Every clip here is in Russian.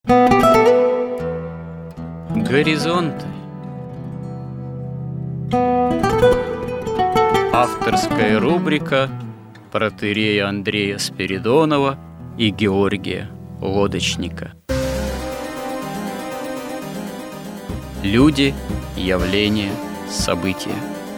Горизонты. Авторская рубрика протоиерея Андрея Спиридонова и Георгия Лодочника. Люди, явления, события.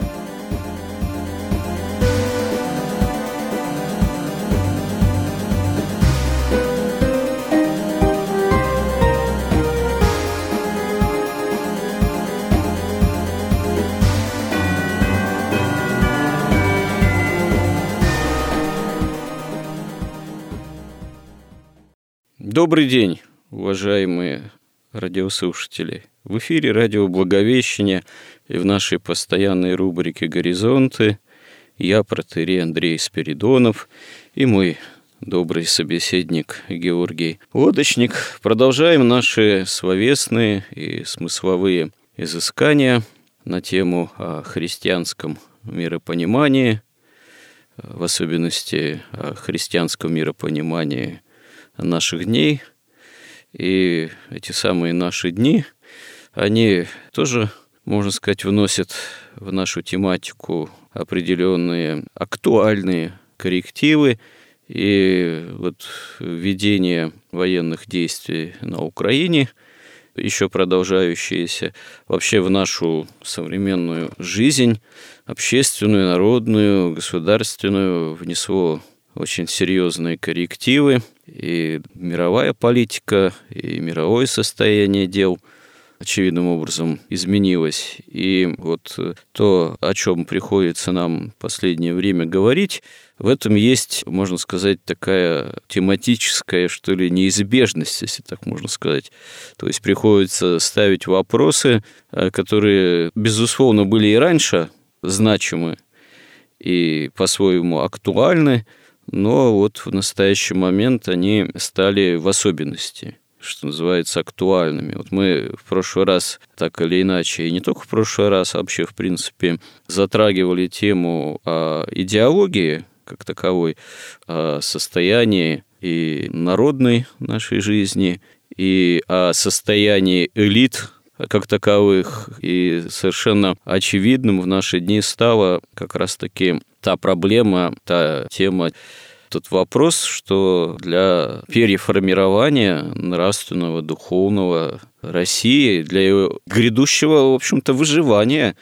Добрый день, уважаемые радиослушатели. В эфире радио Благовещение и в нашей постоянной рубрике «Горизонты» я, протоиерей Андрей Спиридонов, и мой добрый собеседник Георгий Лодочник. Продолжаем наши словесные и смысловые изыскания на тему о христианском миропонимании, в особенности о христианском миропонимании наших дней. И эти самые наши дни, они тоже, можно сказать, вносят в нашу тематику определенные актуальные коррективы. И вот введение военных действий на Украине, еще продолжающиеся, вообще в нашу современную жизнь, общественную, народную, государственную, внесло очень серьезные коррективы, и мировая политика, и мировое состояние дел очевидным образом изменилось. И вот то, о чем приходится нам в последнее время говорить, в этом есть, можно сказать, такая тематическая, что ли, неизбежность, если так можно сказать. То есть приходится ставить вопросы, которые, безусловно, были и раньше значимы и по-своему актуальны, но вот в настоящий момент они стали в особенности, что называется, актуальными. Вот мы в прошлый раз, так или иначе, и не только в прошлый раз, а вообще, в принципе, затрагивали тему о идеологии как таковой, о состоянии и народной нашей жизни, и о состоянии элит как таковых. И совершенно очевидным в наши дни стала как раз-таки та проблема, та тема, тот вопрос, что для переформирования нравственного, духовного России, для ее грядущего, в общем-то, выживания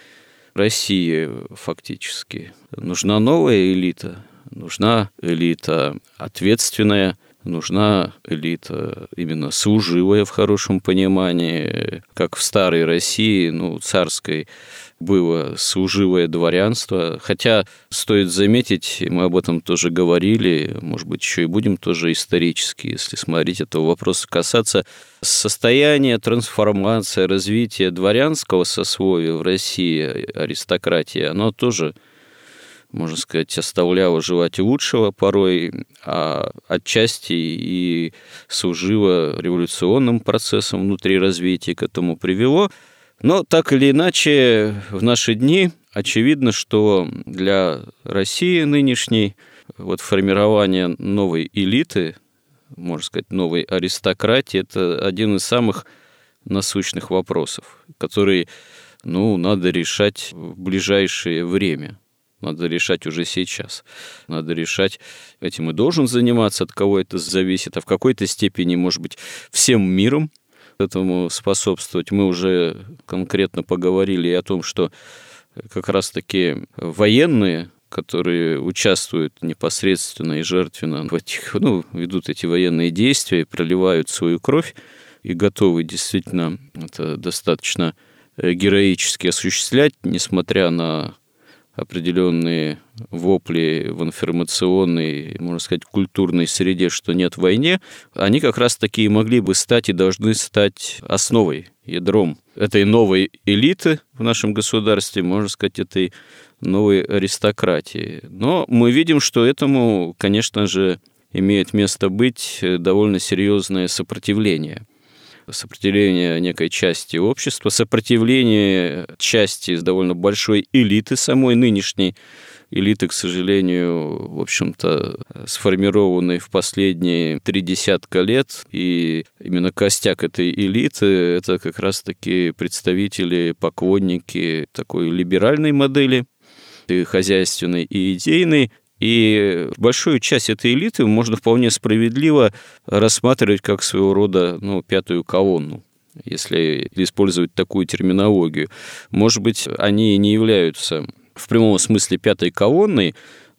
России фактически, нужна новая элита, нужна элита ответственная, нужна элита именно служивая в хорошем понимании, как в старой России, царской, было служивое дворянство. Хотя, стоит заметить, мы об этом тоже говорили, может быть, еще и будем тоже исторически, если смотреть этого вопроса, касаться состояния, трансформации, развития дворянского сословия в России, аристократии, оно тоже, можно сказать, оставляло желать лучшего порой, а отчасти и служило революционным процессом внутри развития, к этому привело. Но так или иначе, в наши дни очевидно, что для России нынешней формирование новой элиты, можно сказать, новой аристократии, это один из самых насущных вопросов, который, надо решать в ближайшее время. Надо решать уже сейчас. Надо решать, этим и должен заниматься, от кого это зависит, а в какой-то степени, может быть, всем миром этому способствовать. Мы уже конкретно поговорили и о том, что как раз-таки военные, которые участвуют непосредственно и жертвенно в этих, ведут эти военные действия, проливают свою кровь и готовы действительно это достаточно героически осуществлять, несмотря на определенные вопли в информационной, можно сказать, культурной среде, что нет войны, они как раз таки могли бы стать и должны стать основой, ядром этой новой элиты в нашем государстве, можно сказать, этой новой аристократии. Но мы видим, что этому, конечно же, имеет место быть довольно серьезное сопротивление. Сопротивление некой части общества, сопротивление части довольно большой элиты самой нынешней, элиты, к сожалению, в общем-то, сформированы в последние 30 лет, и именно костяк этой элиты – это как раз-таки представители, поклонники такой либеральной модели, и хозяйственной, и идейной. И большую часть этой элиты можно вполне справедливо рассматривать как своего рода пятую колонну, если использовать такую терминологию. Может быть, они не являются в прямом смысле пятой колонной,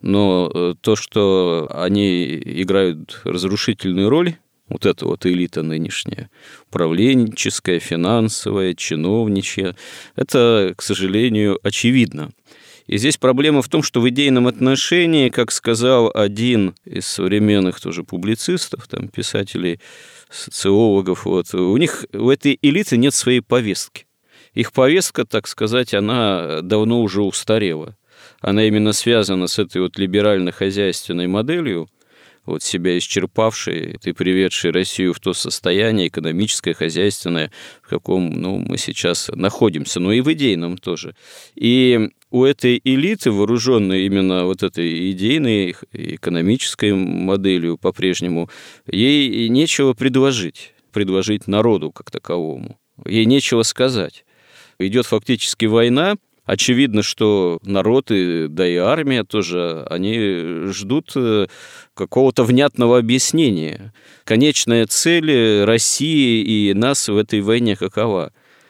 но то, что они играют разрушительную роль, вот эта вот элита нынешняя, управленческая, финансовая, чиновничья, это, к сожалению, очевидно. И здесь проблема в том, что в идейном отношении, как сказал один из современных тоже публицистов, там, писателей, социологов, у них, у этой элиты нет своей повестки. Их повестка, так сказать, она давно уже устарела. Она именно связана с этой вот либерально-хозяйственной моделью, себя исчерпавшей и приведшей Россию в то состояние экономическое, хозяйственное, в каком мы сейчас находимся, но и в идейном тоже. И у этой элиты, вооруженной именно вот этой идейной, экономической моделью по-прежнему, ей нечего предложить народу как таковому. Ей нечего сказать. Идет фактически война. Очевидно, что народ, да и армия тоже, они ждут какого-то внятного объяснения. Конечная цель России и нас в этой войне какова?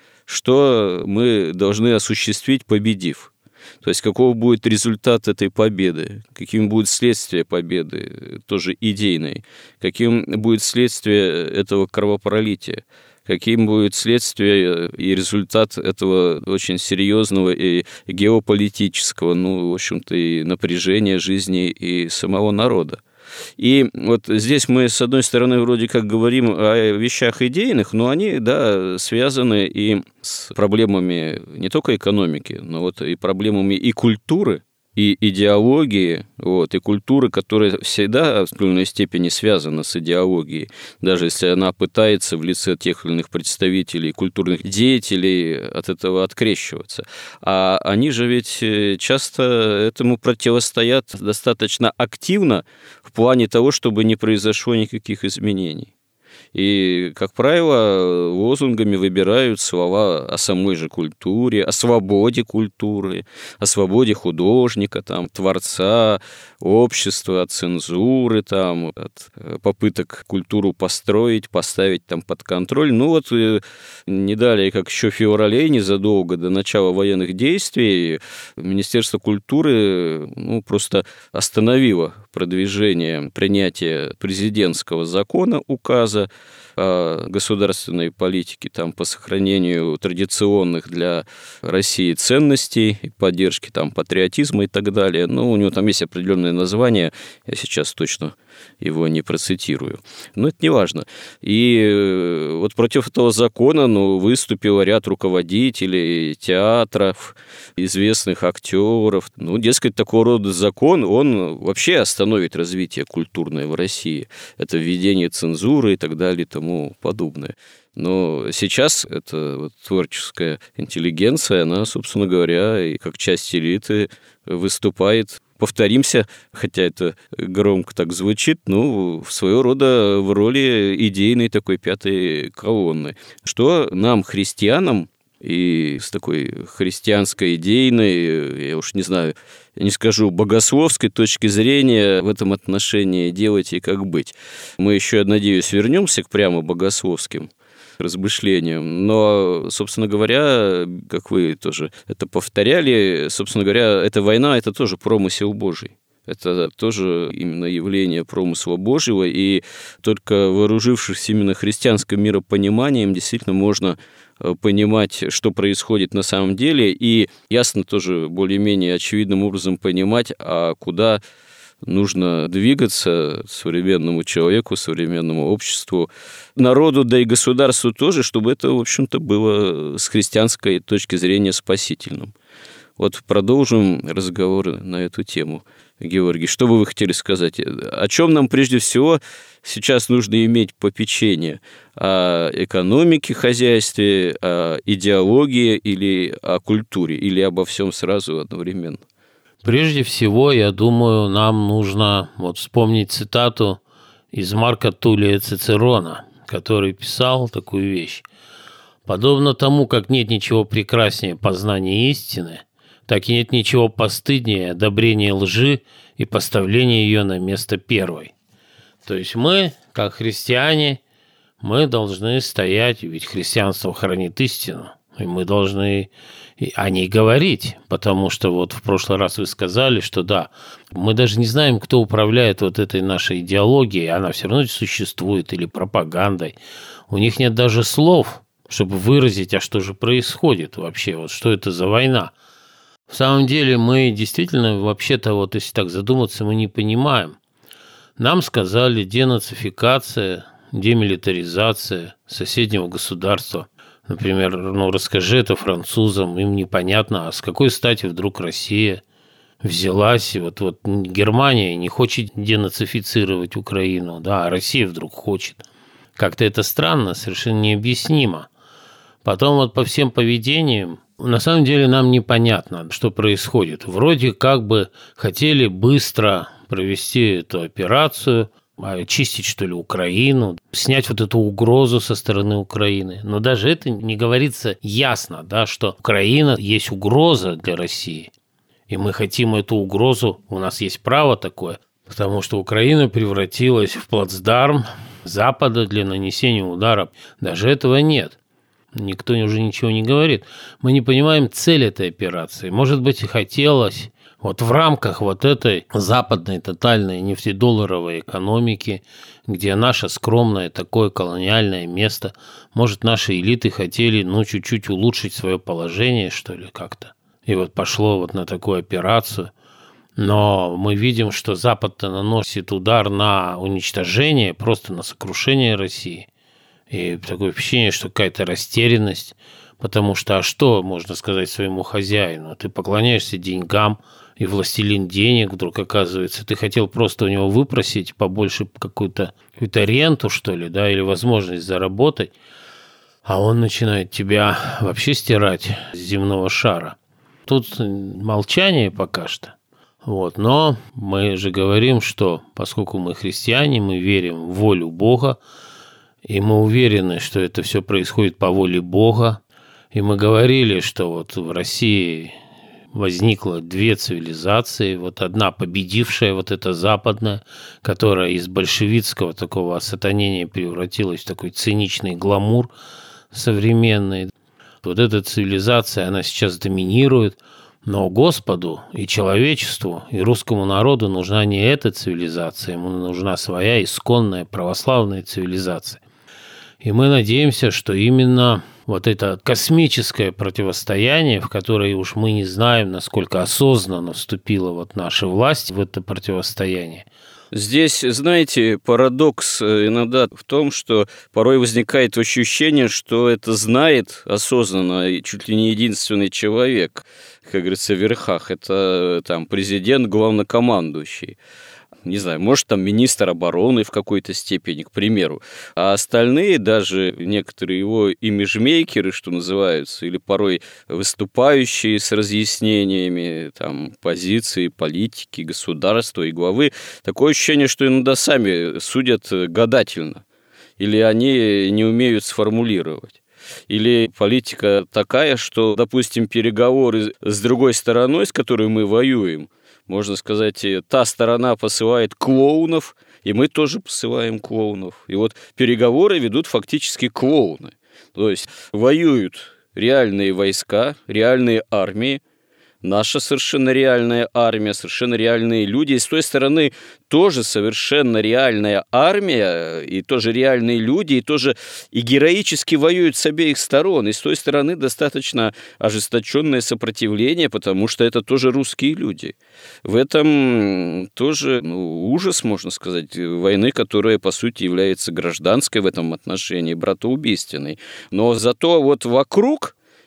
Что мы должны осуществить, победив? То есть каков будет результат этой победы, каким будет следствие победы, тоже идейной, каким будет следствие этого кровопролития, каким будет следствие и результат этого очень серьезного и геополитического, в общем-то, и напряжения жизни и самого народа. И вот здесь мы, с одной стороны, вроде как говорим о вещах идейных, но они, связаны и с проблемами не только экономики, но и проблемами и культуры, и идеологии, и культуры, которая всегда в определенной степени связана с идеологией, даже если она пытается в лице тех или иных представителей, культурных деятелей от этого открещиваться. А они же ведь часто этому противостоят достаточно активно в плане того, чтобы не произошло никаких изменений. И, как правило, лозунгами выбирают слова о самой же культуре, о свободе культуры, о свободе художника, творца, общества, от цензуры, от попыток культуру построить, поставить под контроль. Не далее, как еще в феврале, незадолго до начала военных действий, Министерство культуры просто остановило продвижение принятия президентского закона, указа о государственной политике по сохранению традиционных для России ценностей, поддержки патриотизма и так далее. У него есть определенное название, я сейчас точно его не процитирую. Но это не важно. И против этого закона выступил ряд руководителей театров, известных актеров. Дескать, такого рода закон, он вообще остановит развитие культурное в России. Это введение цензуры и так далее и тому подобное. Но сейчас эта творческая интеллигенция, она, собственно говоря, и как часть элиты выступает, повторимся, хотя это громко так звучит, в своего рода в роли идейной такой пятой колонны. Что нам, христианам, и с такой христианской идейной, я уж не знаю, я не скажу, богословской точки зрения в этом отношении делать и как быть. Мы еще, я надеюсь, вернемся к прямо богословским размышлениям, но, собственно говоря, как вы тоже это повторяли, собственно говоря, эта война – это тоже промысел Божий. Это тоже именно явление промысла Божьего, и только вооружившись именно христианским миропониманием, действительно можно понимать, что происходит на самом деле, и ясно тоже более-менее очевидным образом понимать, а куда нужно двигаться современному человеку, современному обществу, народу, да и государству тоже, чтобы это, в общем-то, было с христианской точки зрения спасительным. Продолжим разговор на эту тему. Георгий, что бы вы хотели сказать? О чем нам прежде всего сейчас нужно иметь попечение? О экономике, хозяйстве, о идеологии или о культуре? Или обо всем сразу одновременно? Прежде всего, я думаю, нам нужно вспомнить цитату из Марка Туллия Цицерона, который писал такую вещь. «Подобно тому, как нет ничего прекраснее познания истины, так и нет ничего постыднее одобрения лжи и поставления ее на место первой». То есть мы, как христиане, мы должны стоять, ведь христианство хранит истину, и мы должны о ней говорить, потому что в прошлый раз вы сказали, что да, мы даже не знаем, кто управляет этой нашей идеологией, она все равно существует, или пропагандой. У них нет даже слов, чтобы выразить, а что же происходит вообще, что это за война. В самом деле мы действительно, вообще-то, если так задуматься, мы не понимаем. Нам сказали денацификация, демилитаризация соседнего государства. Например, расскажи это французам, им непонятно, а с какой стати вдруг Россия взялась, и Германия не хочет денацифицировать Украину, да, а Россия вдруг хочет. Как-то это странно, совершенно необъяснимо. Потом по всем поведениям, на самом деле нам непонятно, что происходит. Вроде как бы хотели быстро провести эту операцию, очистить, что ли, Украину, снять эту угрозу со стороны Украины. Но даже это не говорится ясно, да, что Украина есть угроза для России. И мы хотим эту угрозу, у нас есть право такое, потому что Украина превратилась в плацдарм Запада для нанесения удара. Даже этого нет. Никто уже ничего не говорит. Мы не понимаем цель этой операции. Может быть, и хотелось в рамках этой западной тотальной нефтедолларовой экономики, где наше скромное такое колониальное место, может, наши элиты хотели, чуть-чуть улучшить свое положение, что ли, как-то. И пошло на такую операцию. Но мы видим, что Запад-то наносит удар на уничтожение, просто на сокрушение России. И такое впечатление, что какая-то растерянность, потому что, что можно сказать своему хозяину? Ты поклоняешься деньгам, и властелин денег вдруг оказывается. Ты хотел просто у него выпросить побольше какую-то ренту, что ли, да, или возможность заработать, а он начинает тебя вообще стирать с земного шара. Тут молчание пока что. Но мы же говорим, что поскольку мы христиане, мы верим в волю Бога, и мы уверены, что это все происходит по воле Бога. И мы говорили, что в России возникло две цивилизации. Одна победившая, эта западная, которая из большевистского такого осатанения превратилась в такой циничный гламур современный. Эта цивилизация, она сейчас доминирует. Но Господу и человечеству, и русскому народу нужна не эта цивилизация, ему нужна своя исконная православная цивилизация. И мы надеемся, что именно это космическое противостояние, в которое уж мы не знаем, насколько осознанно вступила наша власть в это противостояние. Здесь, знаете, парадокс иногда в том, что порой возникает ощущение, что это знает осознанно и чуть ли не единственный человек, как говорится, в верхах. Это президент, главнокомандующий. Не знаю, может, министр обороны в какой-то степени, к примеру. А остальные, даже некоторые его имиджмейкеры, что называются, или порой выступающие с разъяснениями позиции, политики, государства и главы, такое ощущение, что иногда сами судят гадательно. Или они не умеют сформулировать. Или политика такая, что, допустим, переговоры с другой стороной, с которой мы воюем, можно сказать, та сторона посылает клоунов, и мы тоже посылаем клоунов. И переговоры ведут фактически клоуны. То есть воюют реальные войска, реальные армии, наша совершенно реальная армия, совершенно реальные люди. И с той стороны тоже совершенно реальная армия, и тоже реальные люди, и тоже и героически воюют с обеих сторон. И с той стороны достаточно ожесточенное сопротивление, потому что это тоже русские люди. В этом тоже ужас, можно сказать, войны, которая, по сути, является гражданской в этом отношении, братоубийственной. Но зато вокруг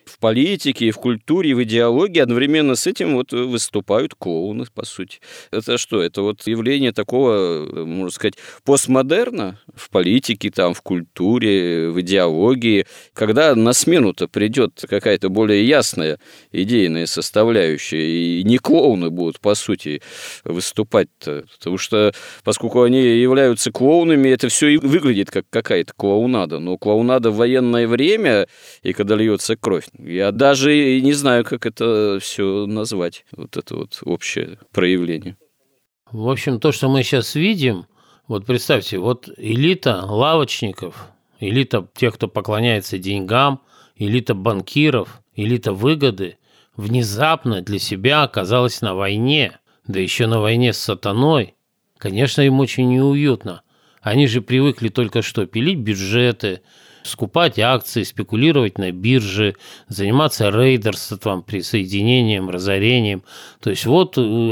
в политике, и в культуре, и в идеологии одновременно с этим вот выступают клоуны, по сути. Это что? Это вот явление такого, можно сказать, постмодерна в политике, там, в культуре, в идеологии, когда на смену-то придет какая-то более ясная идейная составляющая, и не клоуны будут, по сути, выступать-то. Потому что, поскольку они являются клоунами, это все и выглядит как какая-то клоунада. Но клоунада в военное время, и когда льется кровь, я даже не знаю, как это все назвать, вот это вот общее проявление. В общем, то, что мы сейчас видим, вот представьте, вот элита лавочников, элита тех, кто поклоняется деньгам, элита банкиров, элита выгоды, внезапно для себя оказалась на войне, да еще на войне с сатаной. Конечно, им очень неуютно. Они же привыкли только что пилить бюджеты, скупать акции, спекулировать на бирже, заниматься рейдерством, присоединением, разорением. То есть вот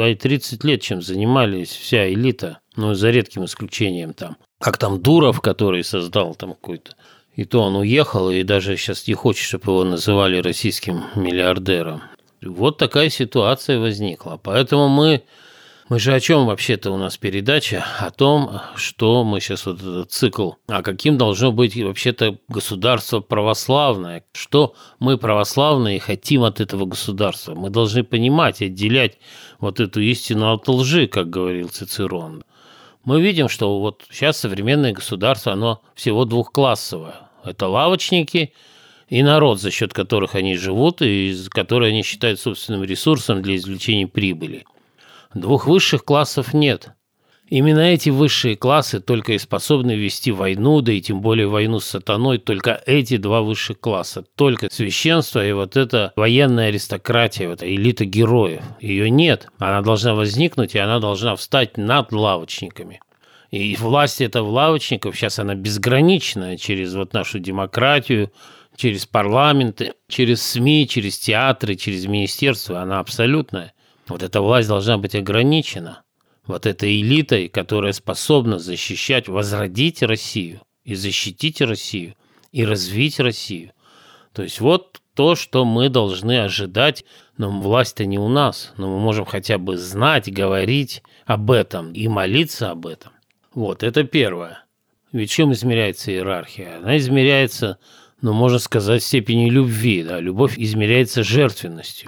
30 лет чем занимались вся элита, ну, за редким исключением там. Как там Дуров, который создал там какой-то. И то он уехал, и даже сейчас не хочет, чтобы его называли российским миллиардером. Вот такая ситуация возникла. Поэтому мы же о чем вообще-то у нас передача? О том, что мы сейчас вот этот цикл, а каким должно быть вообще-то государство православное, что мы православные хотим от этого государства. Мы должны понимать, отделять вот эту истину от лжи, как говорил Цицерон. Мы видим, что вот сейчас современное государство, оно всего двухклассовое. Это лавочники и народ, за счет которых они живут, и который они считают собственным ресурсом для извлечения прибыли. Двух высших классов нет. Именно эти высшие классы только и способны вести войну, да и тем более войну с сатаной, только эти два высших класса. Только священство и вот эта военная аристократия, вот элита героев. Ее нет. Она должна возникнуть, и она должна встать над лавочниками. И власть этого лавочников сейчас она безграничная через вот нашу демократию, через парламенты, через СМИ, через театры, через министерства. Она абсолютная. Вот эта власть должна быть ограничена вот этой элитой, которая способна защищать, возродить Россию, и защитить Россию, и развить Россию. То есть вот то, что мы должны ожидать, но власть-то не у нас, но мы можем хотя бы знать, говорить об этом и молиться об этом. Вот, это первое. Ведь чем измеряется иерархия? Она измеряется, можно сказать, степенью любви. Да? Любовь измеряется жертвенностью.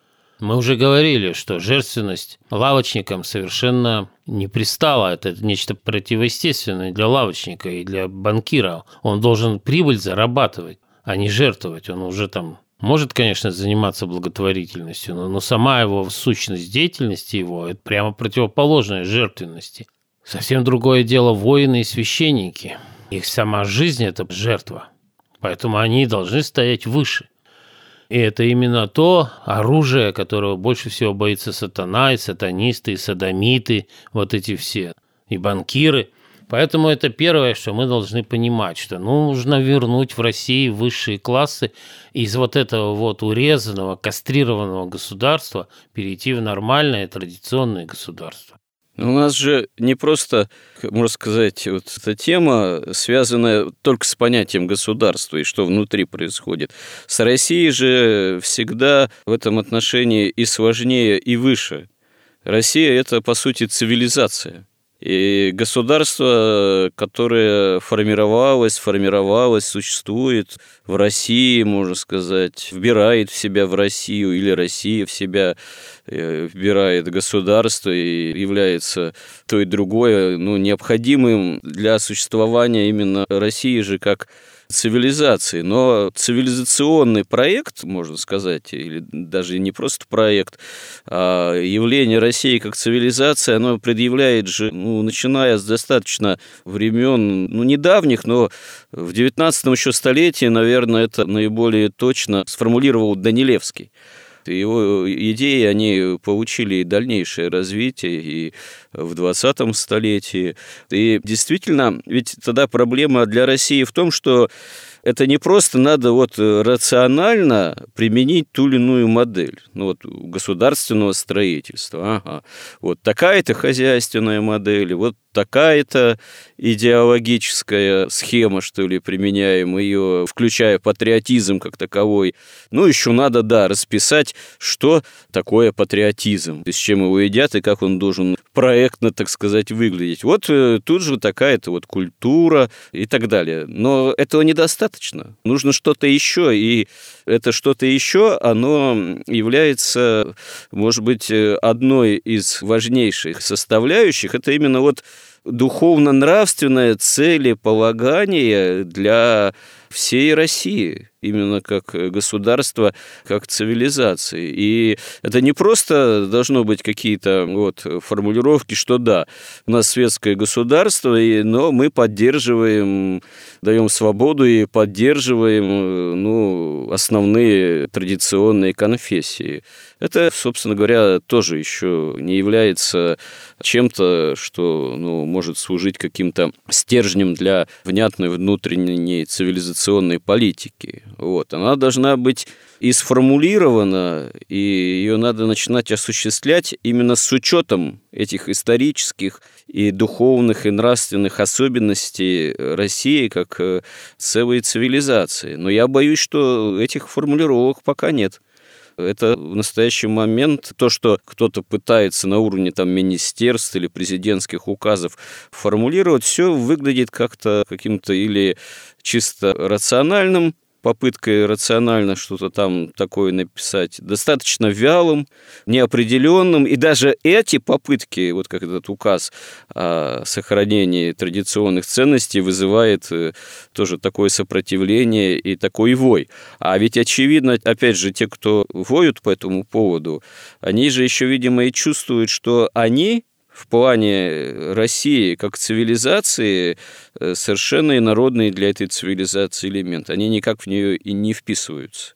Мы уже говорили, что жертвенность лавочникам совершенно не пристала. Это нечто противоестественное для лавочника и для банкира. Он должен прибыль зарабатывать, а не жертвовать. Он уже там может, конечно, заниматься благотворительностью, но сама его сущность деятельности его – это прямо противоположная жертвенности. Совсем другое дело воины и священники. Их сама жизнь – это жертва. Поэтому они должны стоять выше. И это именно то оружие, которого больше всего боится сатана, и сатанисты, и содомиты, вот эти все, и банкиры. Поэтому это первое, что мы должны понимать, что нужно вернуть в России высшие классы из вот этого вот урезанного, кастрированного государства перейти в нормальное традиционное государство. У нас же не просто, можно сказать, вот эта тема, связанная только с понятием государства и что внутри происходит. С Россией же всегда в этом отношении и сложнее, и выше. Россия – это, по сути, цивилизация. И государство, которое формировалось, существует в России, можно сказать, вбирает в себя в Россию, или Россия в себя вбирает государство и является то и другое, необходимым для существования именно России же как цивилизации. Но цивилизационный проект, можно сказать, или даже не просто проект, а явление России как цивилизации, оно предъявляет же, начиная с достаточно времен, недавних, но в 19 еще столетии, наверное, это наиболее точно сформулировал Данилевский. Его идеи, они получили и дальнейшее развитие, и в 20 столетии. И действительно, ведь тогда проблема для России в том, что это не просто надо рационально применить ту или иную модель государственного строительства. Вот такая-то хозяйственная модель, вот такая-то идеологическая схема, что ли, применяем ее, включая патриотизм как таковой. Еще надо, расписать, что такое патриотизм, с чем его едят и как он должен проектно, так сказать, выглядеть. Тут же такая-то культура и так далее. Но этого недостаточно. Нужно что-то еще, и это что-то еще, оно является, может быть, одной из важнейших составляющих. Это именно духовно-нравственное целеполагание для всей России, именно как государства, как цивилизации. И это не просто должно быть какие-то формулировки, что у нас светское государство, но мы поддерживаем, даем свободу и поддерживаем основные традиционные конфессии. Это, собственно говоря, тоже еще не является чем-то, что может служить каким-то стержнем для внятной внутренней цивилизационной политики. Она должна быть и сформулирована, и ее надо начинать осуществлять именно с учетом этих исторических и духовных, и нравственных особенностей России как целой цивилизации. Но я боюсь, что этих формулировок пока нет. Это в настоящий момент то, что кто-то пытается на уровне министерств или президентских указов формулировать, все выглядит как-то каким-то или чисто рациональным, попыткой рационально что-то там такое написать, достаточно вялым, неопределенным. И даже эти попытки, как этот указ о сохранении традиционных ценностей, вызывает тоже такое сопротивление и такой вой. А ведь очевидно, опять же, те, кто воют по этому поводу, они же еще, видимо, и чувствуют, что они в плане России как цивилизации совершенно инородные для этой цивилизации элемент. Они никак в нее и не вписываются.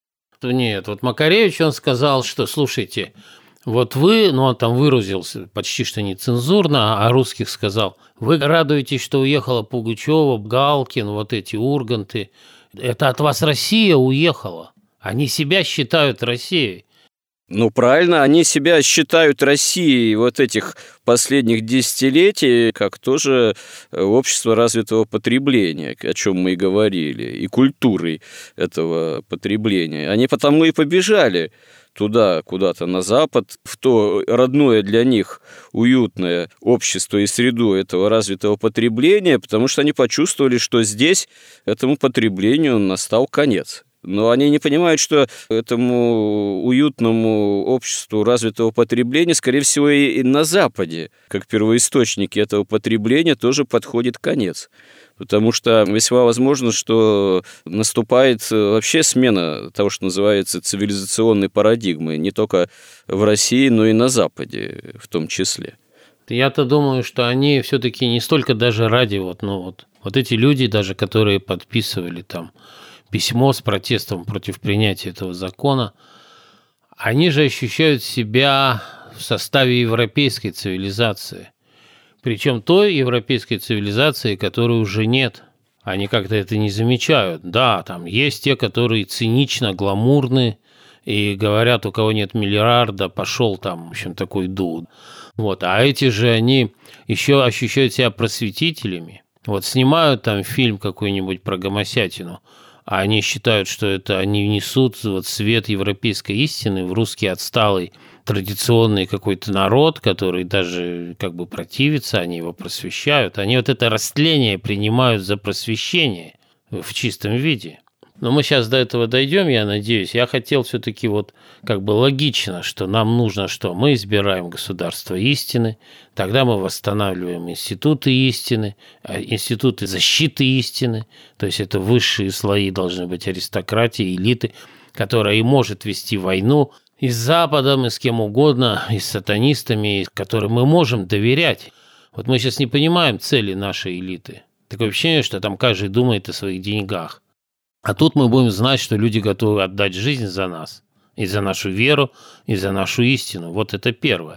Нет, Макаревич, он сказал, что, слушайте, вы, он там выразился почти что нецензурно, а русских сказал, вы радуетесь, что уехала Пугачева, Галкин, эти Урганты. Это от вас Россия уехала. Они себя считают Россией. Правильно, они себя считают Россией этих последних десятилетий, как тоже общество развитого потребления, о чем мы и говорили, и культурой этого потребления. Они потому и побежали туда, куда-то на Запад, в то родное для них уютное общество и среду этого развитого потребления, потому что они почувствовали, что здесь этому потреблению настал конец. Но они не понимают, что этому уютному обществу развитого потребления, скорее всего, и на Западе, как первоисточники этого потребления, тоже подходит конец. Потому что весьма возможно, что наступает вообще смена того, что называется цивилизационной парадигмы, не только в России, но и на Западе в том числе. Я-то думаю, что они все-таки не столько даже ради эти люди, даже которые подписывали там письмо с протестом против принятия этого закона, они же ощущают себя в составе европейской цивилизации. Причем той европейской цивилизации, которой уже нет. Они как-то это не замечают. Да, там есть те, которые цинично, гламурны и говорят, у кого нет миллиарда, пошел там, в общем, такой дуд. А эти же, они еще ощущают себя просветителями. Снимают там фильм какой-нибудь про гомосятину, а они считают, что это они несут свет европейской истины в русский отсталый традиционный какой-то народ, который даже противится, они его просвещают. Они это растление принимают за просвещение в чистом виде. Но мы сейчас до этого дойдем, я надеюсь. Я хотел все-таки логично, что нам нужно что? Мы избираем государство истины, тогда мы восстанавливаем институты истины, институты защиты истины, то есть это высшие слои должны быть аристократии, элиты, которая и может вести войну и с Западом, и с кем угодно, и с сатанистами, которым мы можем доверять. Мы сейчас не понимаем цели нашей элиты. Такое ощущение, что там каждый думает о своих деньгах. А тут мы будем знать, что люди готовы отдать жизнь за нас, и за нашу веру, и за нашу истину. Это первое.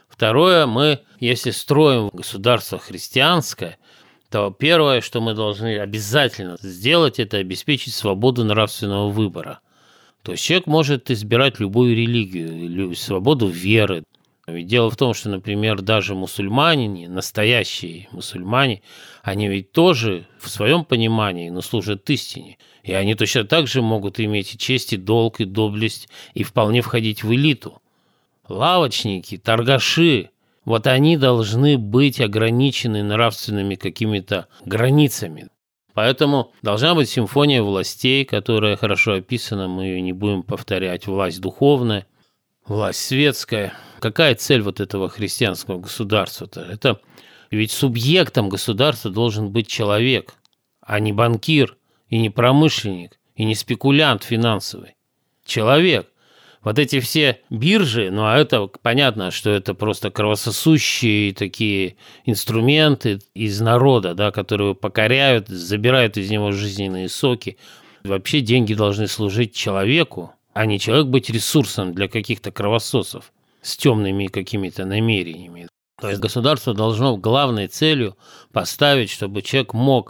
Второе, мы, если строим государство христианское, то первое, что мы должны обязательно сделать, это обеспечить свободу нравственного выбора. То есть человек может избирать любую религию, свободу веры. Ведь дело в том, что, например, даже мусульмане, настоящие мусульмане, они ведь тоже в своем понимании, но служат истине. И они точно так же могут иметь и честь, и долг, и доблесть, и вполне входить в элиту. Лавочники, торгаши, вот они должны быть ограничены нравственными какими-то границами. Поэтому должна быть симфония властей, которая хорошо описана, мы ее не будем повторять. Власть духовная, власть светская. Какая цель вот этого христианского государства-то? Это ведь субъектом государства должен быть человек, а не банкир, и не промышленник, и не спекулянт финансовый. Человек. Вот эти все биржи, ну а это понятно, что это просто кровососущие такие инструменты из народа, да, которые покоряют, забирают из него жизненные соки. Вообще деньги должны служить человеку, а не человек быть ресурсом для каких-то кровососов с темными какими-то намерениями. То есть государство должно главной целью поставить, чтобы человек мог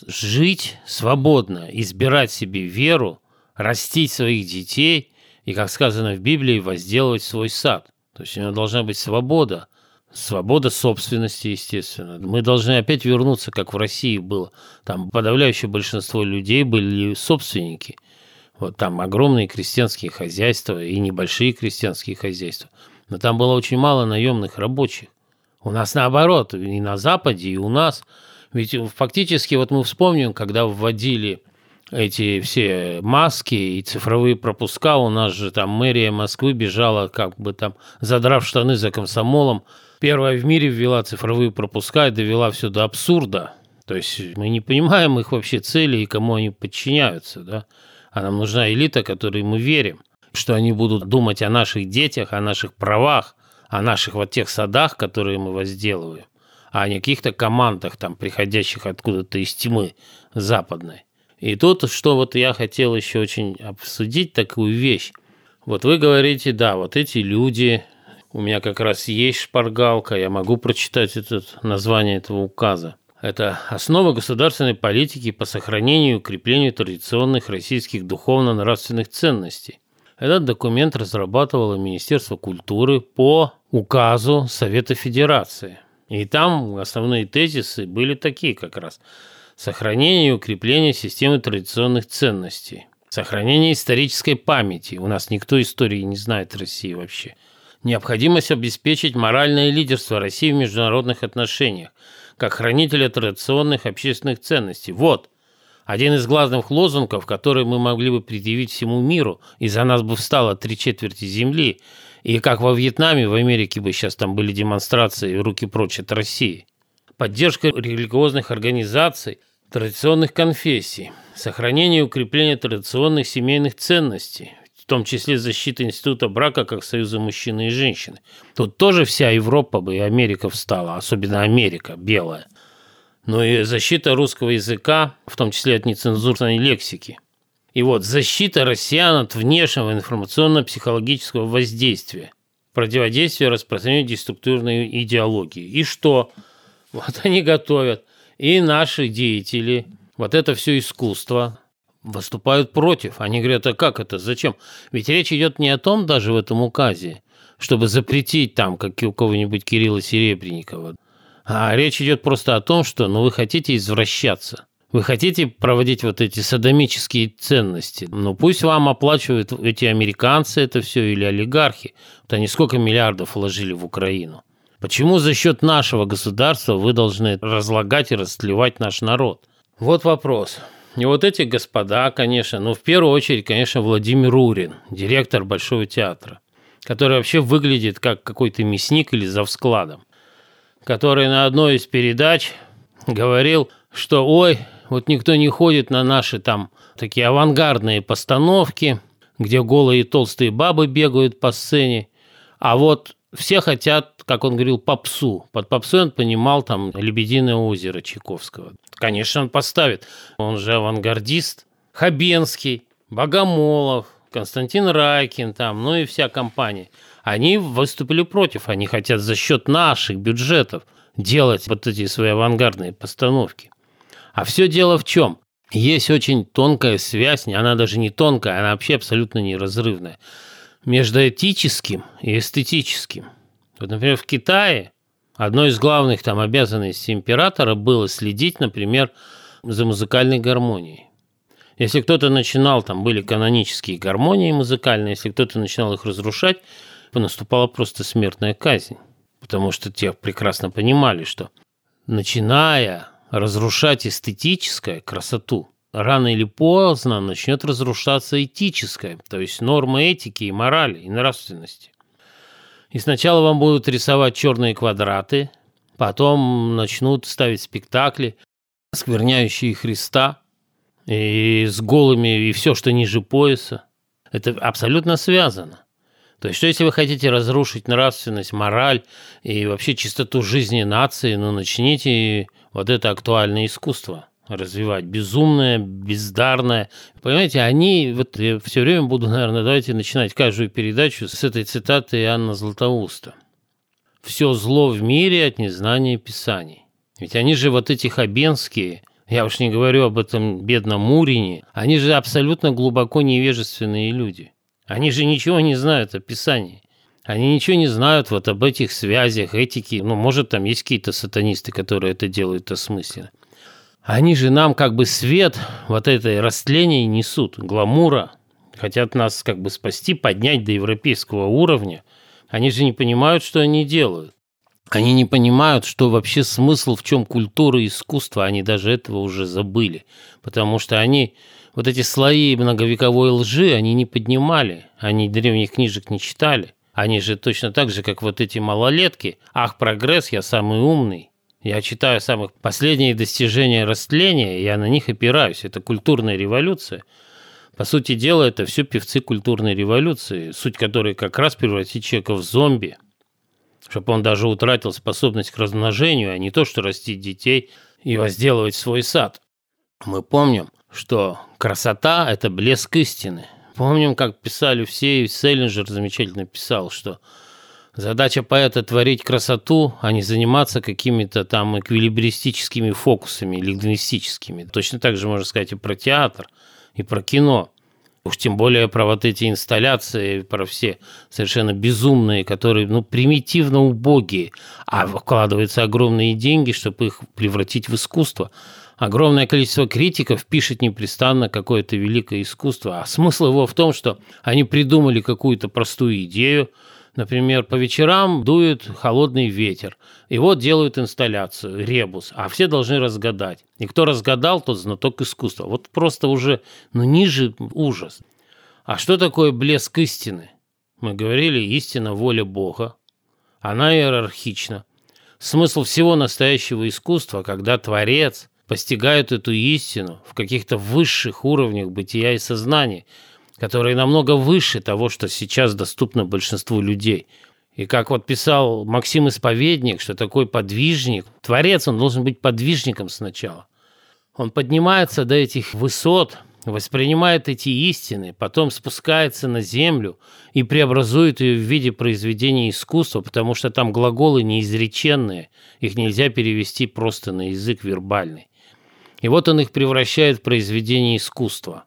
жить свободно, избирать себе веру, растить своих детей и, как сказано в Библии, возделывать свой сад. То есть у него должна быть свобода, свобода собственности, естественно. Мы должны опять вернуться, как в России было. Там подавляющее большинство людей были собственники. Вот там огромные крестьянские хозяйства и небольшие крестьянские хозяйства. Но там было очень мало наемных рабочих. У нас наоборот, и на Западе, и у нас. Ведь фактически вот мы вспомним, когда вводили эти все маски и цифровые пропуска, у нас же там мэрия Москвы бежала, как бы там, задрав штаны за комсомолом. Первая в мире ввела цифровые пропуска и довела все до абсурда. То есть мы не понимаем их вообще цели и кому они подчиняются, да? А нам нужна элита, которой мы верим, что они будут думать о наших детях, о наших правах, о наших вот тех садах, которые мы возделываем, а не каких-то командах, там, приходящих откуда-то из тьмы западной. И тут, что вот я хотел еще очень обсудить такую вещь. Вот вы говорите, да, вот эти люди, у меня как раз есть шпаргалка, я могу прочитать название этого указа. Это «Основа государственной политики по сохранению и укреплению традиционных российских духовно-нравственных ценностей». Этот документ разрабатывало Министерство культуры по указу Совета Федерации. И там основные тезисы были такие как раз. Сохранение и укрепление системы традиционных ценностей. Сохранение исторической памяти. У нас никто истории не знает в России вообще. Необходимость обеспечить моральное лидерство России в международных отношениях, как хранителя традиционных общественных ценностей. Вот один из главных лозунгов, который мы могли бы предъявить всему миру, и за нас бы встало 3/4 земли, и как во Вьетнаме, в Америке бы сейчас там были демонстрации, руки прочь от России. Поддержка религиозных организаций, традиционных конфессий, сохранение и укрепление традиционных семейных ценностей, в том числе защита института брака как союза мужчины и женщины. Тут тоже вся Европа бы и Америка встала, особенно Америка, белая. Но и защита русского языка, в том числе от нецензурной лексики. И вот защита россиян от внешнего информационно-психологического воздействия, противодействие распространению деструктурной идеологии. И что? Вот они готовят. И наши деятели, вот это все искусство, выступают против. Они говорят, а как это, зачем? Ведь речь идет не о том даже в этом указе, чтобы запретить там, как у кого-нибудь Кирилла Серебренникова, а речь идет просто о том, что вы хотите извращаться. Вы хотите проводить вот эти содомические ценности. Пусть вам оплачивают эти американцы это все или олигархи. Вот они сколько миллиардов вложили в Украину. Почему за счет нашего государства вы должны разлагать и растлевать наш народ? Вот вопрос. И вот эти господа, конечно, в первую очередь, конечно, Владимир Урин, директор Большого театра, который вообще выглядит как какой-то мясник или завскладом, который на одной из передач говорил, что вот никто не ходит на наши там такие авангардные постановки, где голые толстые бабы бегают по сцене, а вот все хотят, как он говорил, попсу. Под попсой он понимал там «Лебединое озеро» Чайковского. Конечно, он поставит. Он же авангардист. Хабенский, Богомолов, Константин Райкин там, и вся компания. Они выступили против, они хотят за счет наших бюджетов делать вот эти свои авангардные постановки. А все дело в чем? Есть очень тонкая связь, она даже не тонкая, она вообще абсолютно неразрывная, между этическим и эстетическим. Вот, например, в Китае одной из главных там обязанностей императора было следить, например, за музыкальной гармонией. Если кто-то начинал, там были канонические гармонии музыкальные, если кто-то начинал их разрушать, наступала просто смертная казнь. Потому что те прекрасно понимали, что начиная разрушать эстетическое, красоту, рано или поздно начнет разрушаться этическое, то есть нормы этики и морали, и нравственности. И сначала вам будут рисовать черные квадраты, потом начнут ставить спектакли, оскверняющие Христа, и с голыми, и все, что ниже пояса. Это абсолютно связано. То есть, что если вы хотите разрушить нравственность, мораль и вообще чистоту жизни нации, начните вот это актуальное искусство развивать, безумное, бездарное. Понимаете, я все время буду, наверное, давайте начинать каждую передачу с этой цитаты Иоанна Златоуста. «Все зло в мире от незнания Писаний». Ведь они же вот эти хабенские, я уж не говорю об этом бедном Мурине, они же абсолютно глубоко невежественные люди. Они же ничего не знают о Писании. Они ничего не знают вот об этих связях, этике. Может, там есть какие-то сатанисты, которые это делают осмысленно. Они же нам как бы свет вот этой растления несут, гламура. Хотят нас как бы спасти, поднять до европейского уровня. Они же не понимают, что они делают. Они не понимают, что вообще смысл, в чем культура и искусство. Они даже этого уже забыли. Потому что они... Вот эти слои многовековой лжи они не поднимали, они древних книжек не читали. Они же точно так же, как вот эти малолетки. Ах, прогресс, я самый умный. Я читаю самых последние достижения растления, я на них опираюсь. Это культурная революция. По сути дела, это все певцы культурной революции, суть которой как раз превратить человека в зомби, чтобы он даже утратил способность к размножению, а не то, что растить детей и возделывать свой сад. Мы помним, что красота – это блеск истины. Помним, как писали все, и Селлинджер замечательно писал, что задача поэта – творить красоту, а не заниматься какими-то там эквилибристическими фокусами, лингвистическими. Точно так же можно сказать и про театр, и про кино. Уж тем более про вот эти инсталляции, про все совершенно безумные, которые, примитивно убогие, а вкладываются огромные деньги, чтобы их превратить в искусство. Огромное количество критиков пишет непрестанно какое-то великое искусство, а смысл его в том, что они придумали какую-то простую идею. Например, по вечерам дует холодный ветер, и вот делают инсталляцию, ребус, а все должны разгадать. И кто разгадал, тот знаток искусства. Вот просто уже, ниже ужас. А что такое блеск истины? Мы говорили, истина – воля Бога. Она иерархична. Смысл всего настоящего искусства, когда Творец постигают эту истину в каких-то высших уровнях бытия и сознания, которые намного выше того, что сейчас доступно большинству людей. И как вот писал Максим Исповедник, что такой подвижник, Творец, он должен быть подвижником сначала. Он поднимается до этих высот, воспринимает эти истины, потом спускается на землю и преобразует ее в виде произведения искусства, потому что там глаголы неизреченные, их нельзя перевести просто на язык вербальный. И вот он их превращает в произведение искусства.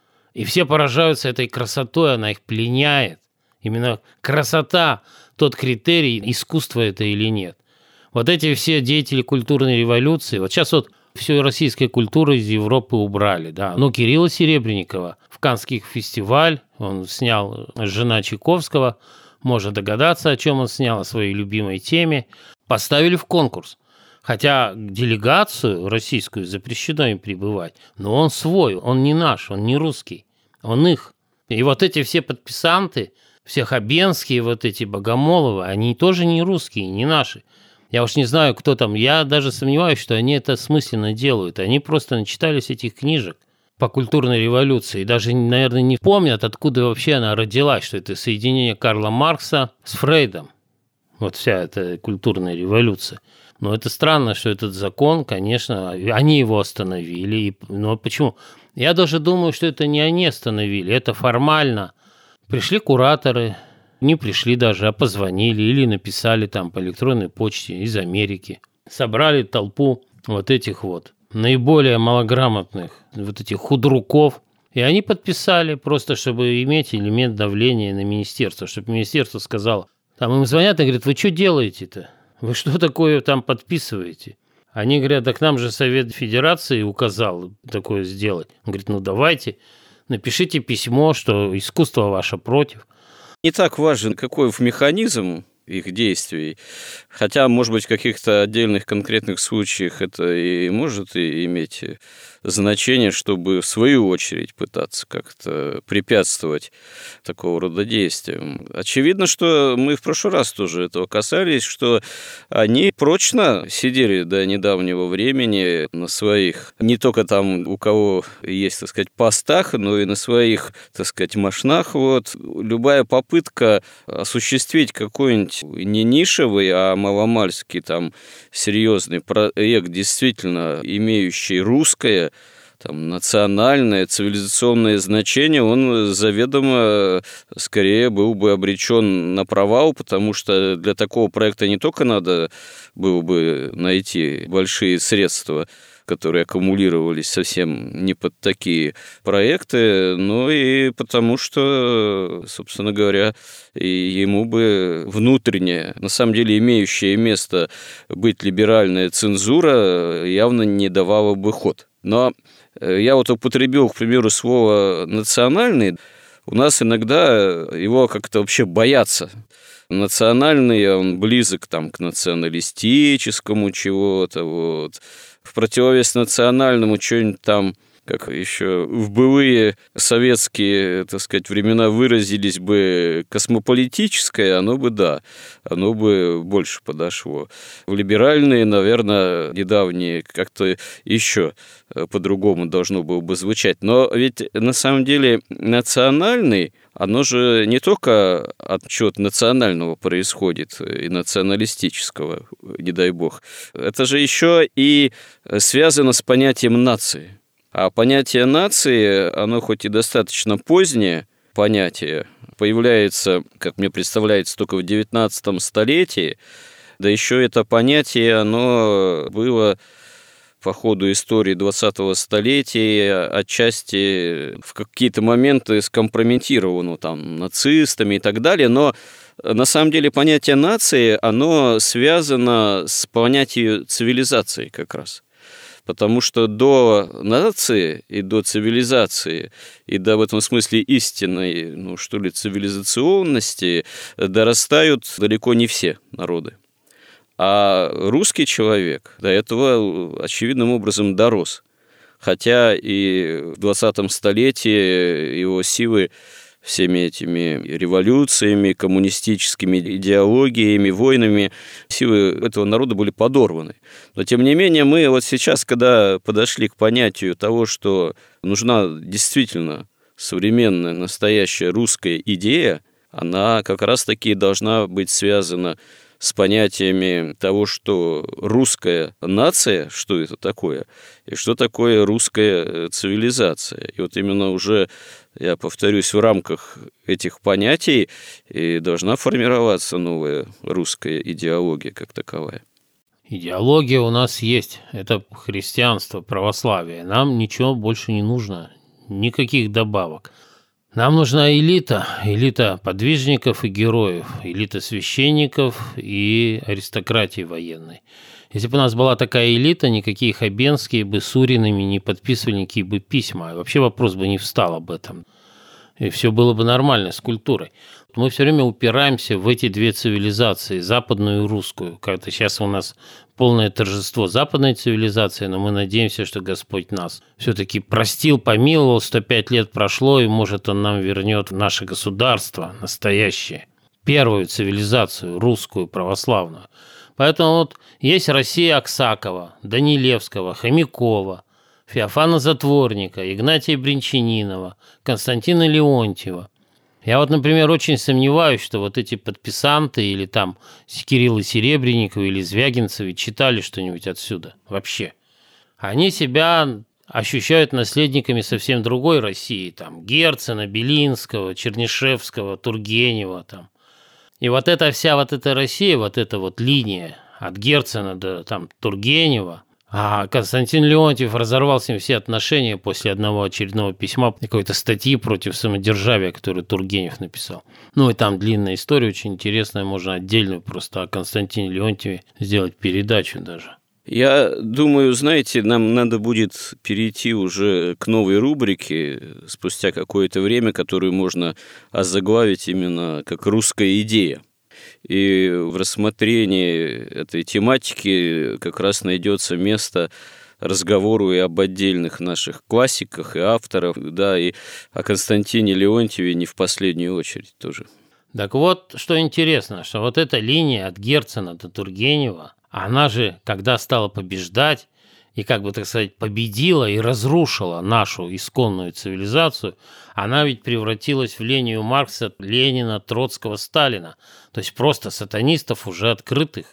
И все поражаются этой красотой, она их пленяет. Именно красота – тот критерий, искусство это или нет. Вот эти все деятели культурной революции, вот сейчас вот всю российскую культуру из Европы убрали, да. Но Кирилла Серебренникова в Каннский фестиваль, он снял «Жена Чайковского», можно догадаться, о чем он снял, о своей любимой теме, поставили в конкурс. Хотя делегацию российскую запрещено им прибывать, но он свой, он не наш, он не русский, он их. И вот эти все подписанты, все хабенские, вот эти Богомоловы, они тоже не русские, не наши. Я уж не знаю, кто там, я даже сомневаюсь, что они это смысленно делают. Они просто начитались этих книжек по культурной революции и даже, наверное, не помнят, откуда вообще она родилась, что это соединение Карла Маркса с Фрейдом. Вот вся эта культурная революция. Но это странно, что этот закон, конечно, они его остановили. Но почему? Я даже думаю, что это не они остановили, это формально. Пришли кураторы Не пришли даже, а позвонили или написали там по электронной почте из Америки. Собрали толпу вот этих вот наиболее малограмотных вот этих худруков, и они подписали просто, чтобы иметь элемент давления на министерство, чтобы министерство сказало. Там им звонят и говорят: вы что делаете-то? Вы что такое там подписываете? Они говорят: так нам же Совет Федерации указал такое сделать. Он говорит: ну давайте, напишите письмо, что искусство ваше против. Не так важен, какой механизм их действий, хотя, может быть, в каких-то отдельных конкретных случаях это и может и иметь значение, чтобы в свою очередь пытаться как-то препятствовать такого рода действиям. Очевидно, что мы в прошлый раз тоже этого касались, что они прочно сидели до недавнего времени на своих, не только там у кого есть, так сказать, постах, но и на своих, так сказать, мошнах. Вот. Любая попытка осуществить какой-нибудь не нишевый, а маломальский там серьезный проект, действительно имеющий русское, там, национальное, цивилизационное значение, он заведомо скорее был бы обречен на провал, потому что для такого проекта не только надо было бы найти большие средства, которые аккумулировались совсем не под такие проекты, но и потому что, собственно говоря, и ему бы внутренняя, на самом деле имеющая место быть либеральная цензура, явно не давала бы ход. Но я вот употребил, к примеру, слово «национальный». У нас иногда его как-то вообще боятся. Национальный, он близок там к националистическому чего-то, вот. В противовес национальному что-нибудь там, как еще в былые советские, так сказать, времена выразились бы, космополитическое, оно бы больше подошло. В либеральные, наверное, недавние как-то еще по-другому должно было бы звучать. Но ведь на самом деле национальный, оно же не только от чего-то национального происходит и националистического, не дай бог. Это же еще и связано с понятием нации. А понятие нации, оно хоть и достаточно позднее понятие, появляется, как мне представляется, только в XIX столетии, да еще это понятие, оно было по ходу истории 20-го столетия отчасти в какие-то моменты скомпрометировано там нацистами и так далее, но на самом деле понятие нации, оно связано с понятием цивилизации как раз. Потому что до нации и до цивилизации, и до в этом смысле истинной, цивилизационности дорастают далеко не все народы. А русский человек до этого очевидным образом дорос. Хотя и в 20-м столетии его силы всеми этими революциями, коммунистическими идеологиями, войнами, силы этого народа были подорваны. Но, тем не менее, мы вот сейчас, когда подошли к понятию того, что нужна действительно современная, настоящая русская идея, она как раз-таки должна быть связана с понятиями того, что русская нация, что это такое, и что такое русская цивилизация. И вот именно уже, я повторюсь, в рамках этих понятий и должна формироваться новая русская идеология как таковая. Идеология у нас есть. Это христианство, православие. Нам ничего больше не нужно, никаких добавок. Нам нужна элита подвижников и героев, элита священников и аристократии военной. Если бы у нас была такая элита, никакие Хабенские бы с Уринами не подписывали никакие бы письма. И вообще вопрос бы не встал об этом. И все было бы нормально с культурой. Мы все время упираемся в эти две цивилизации, западную и русскую. Как-то сейчас у нас полное торжество западной цивилизации, но мы надеемся, что Господь нас все-таки простил, помиловал, 105 лет прошло, и, может, Он нам вернет наше государство настоящее, первую цивилизацию, русскую, православную. Поэтому вот есть Россия Аксакова, Данилевского, Хомякова, Феофана Затворника, Игнатия Бринчанинова, Константина Леонтьева. Я вот, например, очень сомневаюсь, что вот эти подписанты или там Кириллы Серебренниковы или Звягинцевы читали что-нибудь отсюда вообще. Они себя ощущают наследниками совсем другой России, там Герцена, Белинского, Чернышевского, Тургенева, там И вот эта вся вот эта Россия, вот эта вот линия от Герцена до там Тургенева, а Константин Леонтьев разорвал с ним все отношения после одного очередного письма, какой-то статьи против самодержавия, которую Тургенев написал. Ну и там длинная история, очень интересная, можно отдельную просто о Константине Леонтьеве сделать передачу даже. Я думаю, знаете, нам надо будет перейти уже к новой рубрике спустя какое-то время, которую можно озаглавить именно как «Русская идея». И в рассмотрении этой тематики как раз найдется место разговору и об отдельных наших классиках и авторах, да, и о Константине Леонтьеве не в последнюю очередь тоже. Так вот, что интересно, что вот эта линия от Герцена до Тургенева, она же, когда стала побеждать, и, как бы так сказать, победила и разрушила нашу исконную цивилизацию, она ведь превратилась в линию Маркса, Ленина, Троцкого, Сталина. То есть просто сатанистов уже открытых.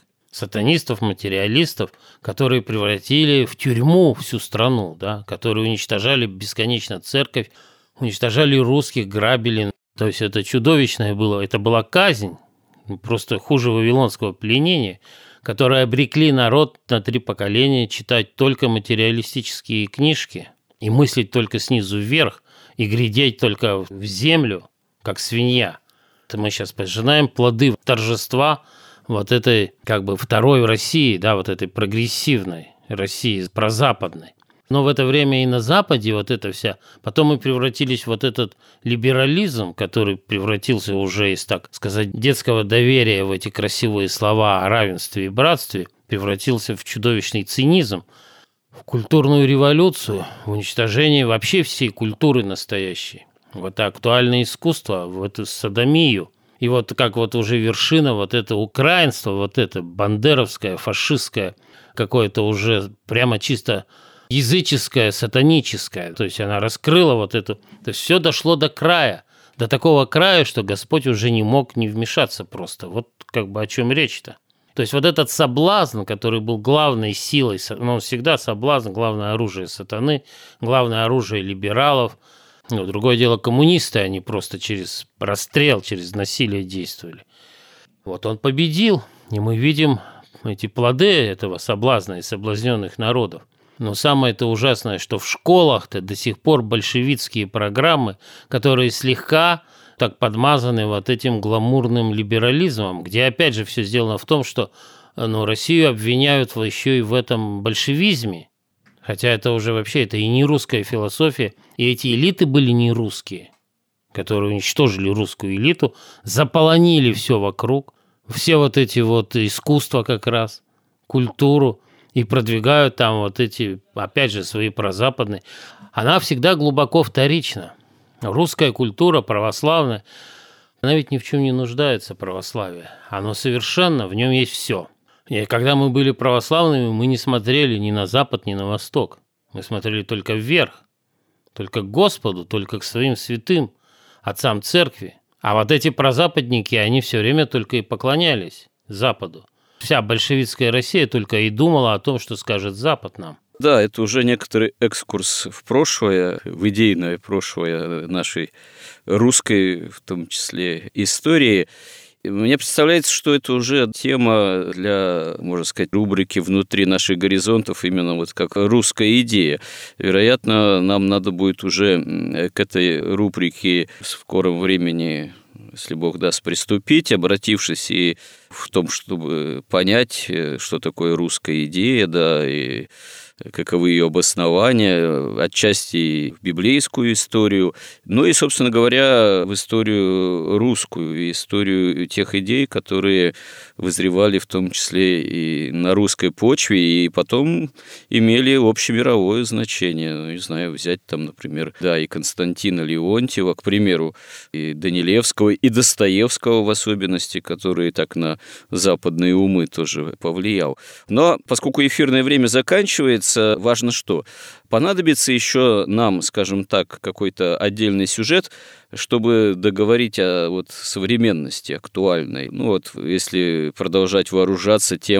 Сатанистов-материалистов, которые превратили в тюрьму всю страну, да, которые уничтожали бесконечно церковь, уничтожали русских, грабили. То есть это чудовищное было, это была казнь, просто хуже вавилонского пленения, которые обрекли народ на 3 поколения читать только материалистические книжки и мыслить только снизу вверх, и глядеть только в землю, как свинья. Это мы сейчас пожинаем плоды торжества вот этой как бы второй России, да, вот этой прогрессивной России, прозападной. Но в это время и на Западе вот это вся... Потом мы превратились в вот этот либерализм, который превратился уже из, так сказать, детского доверия в эти красивые слова о равенстве и братстве, превратился в чудовищный цинизм, в культурную революцию, в уничтожение вообще всей культуры настоящей. В это актуальное искусство, в эту содомию. И вот как вот уже вершина, вот это украинство, вот это бандеровское, фашистское, какое-то уже прямо чисто... языческая, сатаническая, то есть она раскрыла вот эту, то есть все дошло до края, до такого края, что Господь уже не мог не вмешаться просто. Вот как бы о чем речь-то. То есть вот этот соблазн, который был главной силой, ну, он всегда соблазн, главное оружие сатаны, главное оружие либералов. Ну, другое дело, коммунисты, они просто через расстрел, через насилие действовали. Вот он победил, и мы видим эти плоды этого соблазна и соблазненных народов. Но самое-то ужасное, что в школах-то до сих пор большевистские программы, которые слегка так подмазаны вот этим гламурным либерализмом, где опять же все сделано в том, что Россию обвиняют еще и в этом большевизме. Хотя это уже вообще это и не русская философия, и эти элиты были не русские, которые уничтожили русскую элиту, заполонили все вокруг, все вот эти вот искусства как раз, культуру, и продвигают там вот эти, опять же, свои прозападные. Она всегда глубоко вторична. Русская культура, православная, она ведь ни в чем не нуждается, православие. Оно совершенно, в нем есть все. И когда мы были православными, мы не смотрели ни на запад, ни на восток. Мы смотрели только вверх, только к Господу, только к своим святым, отцам церкви. А вот эти прозападники, они все время только и поклонялись Западу. Вся большевистская Россия только и думала о том, что скажет Запад нам. Да, это уже некоторый экскурс в прошлое, в идейное прошлое нашей русской, в том числе, истории. И мне представляется, что это уже тема для, можно сказать, рубрики внутри наших горизонтов, именно вот как русская идея. Вероятно, нам надо будет уже к этой рубрике в скором времени, если Бог даст, приступить, обратившись и в том, чтобы понять, что такое русская идея, да, и каковы ее обоснования, отчасти в библейскую историю, ну и, собственно говоря, в историю русскую, историю тех идей, которые вызревали в том числе и на русской почве, и потом имели общемировое значение. Ну, не знаю, взять там, например, да, и Константина Леонтьева, к примеру, и Данилевского, и Достоевского в особенности, который так на западные умы тоже повлиял. Но поскольку эфирное время заканчивается, важно что? Понадобится еще нам, скажем так, какой-то отдельный сюжет, чтобы договорить о вот современности актуальной. Ну вот, если продолжать вооружаться тем,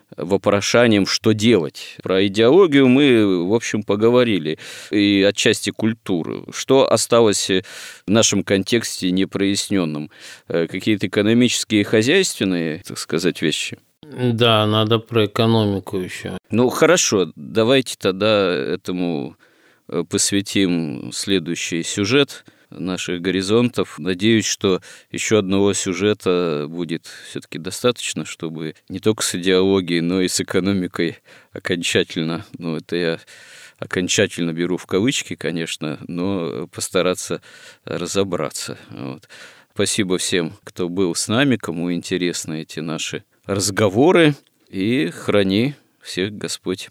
вопрошанием, что делать. Про идеологию мы, в общем, поговорили, и отчасти культуру. Что осталось в нашем контексте непроясненным? Какие-то экономические и хозяйственные, так сказать, вещи? Да, надо про экономику еще. Ну, хорошо, давайте тогда этому посвятим следующий сюжет наших горизонтов. Надеюсь, что еще одного сюжета будет все-таки достаточно, чтобы не только с идеологией, но и с экономикой окончательно, это я окончательно беру в кавычки, конечно, но постараться разобраться. Вот. Спасибо всем, кто был с нами, кому интересны эти наши разговоры, и храни всех Господь.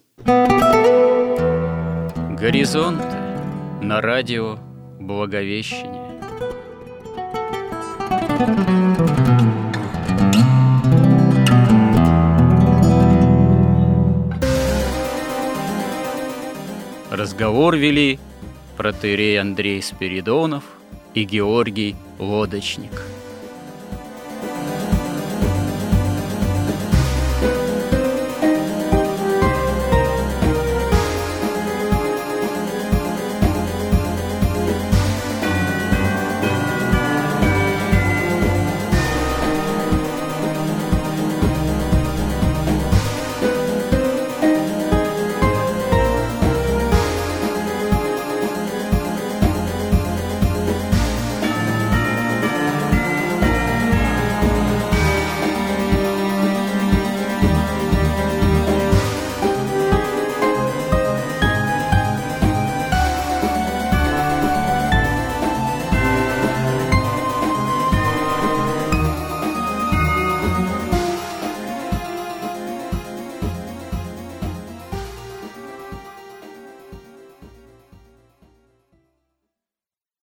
Горизонты на радио Благовещение. Разговор вели протоиерей Андрей Спиридонов и Георгий Лодочник.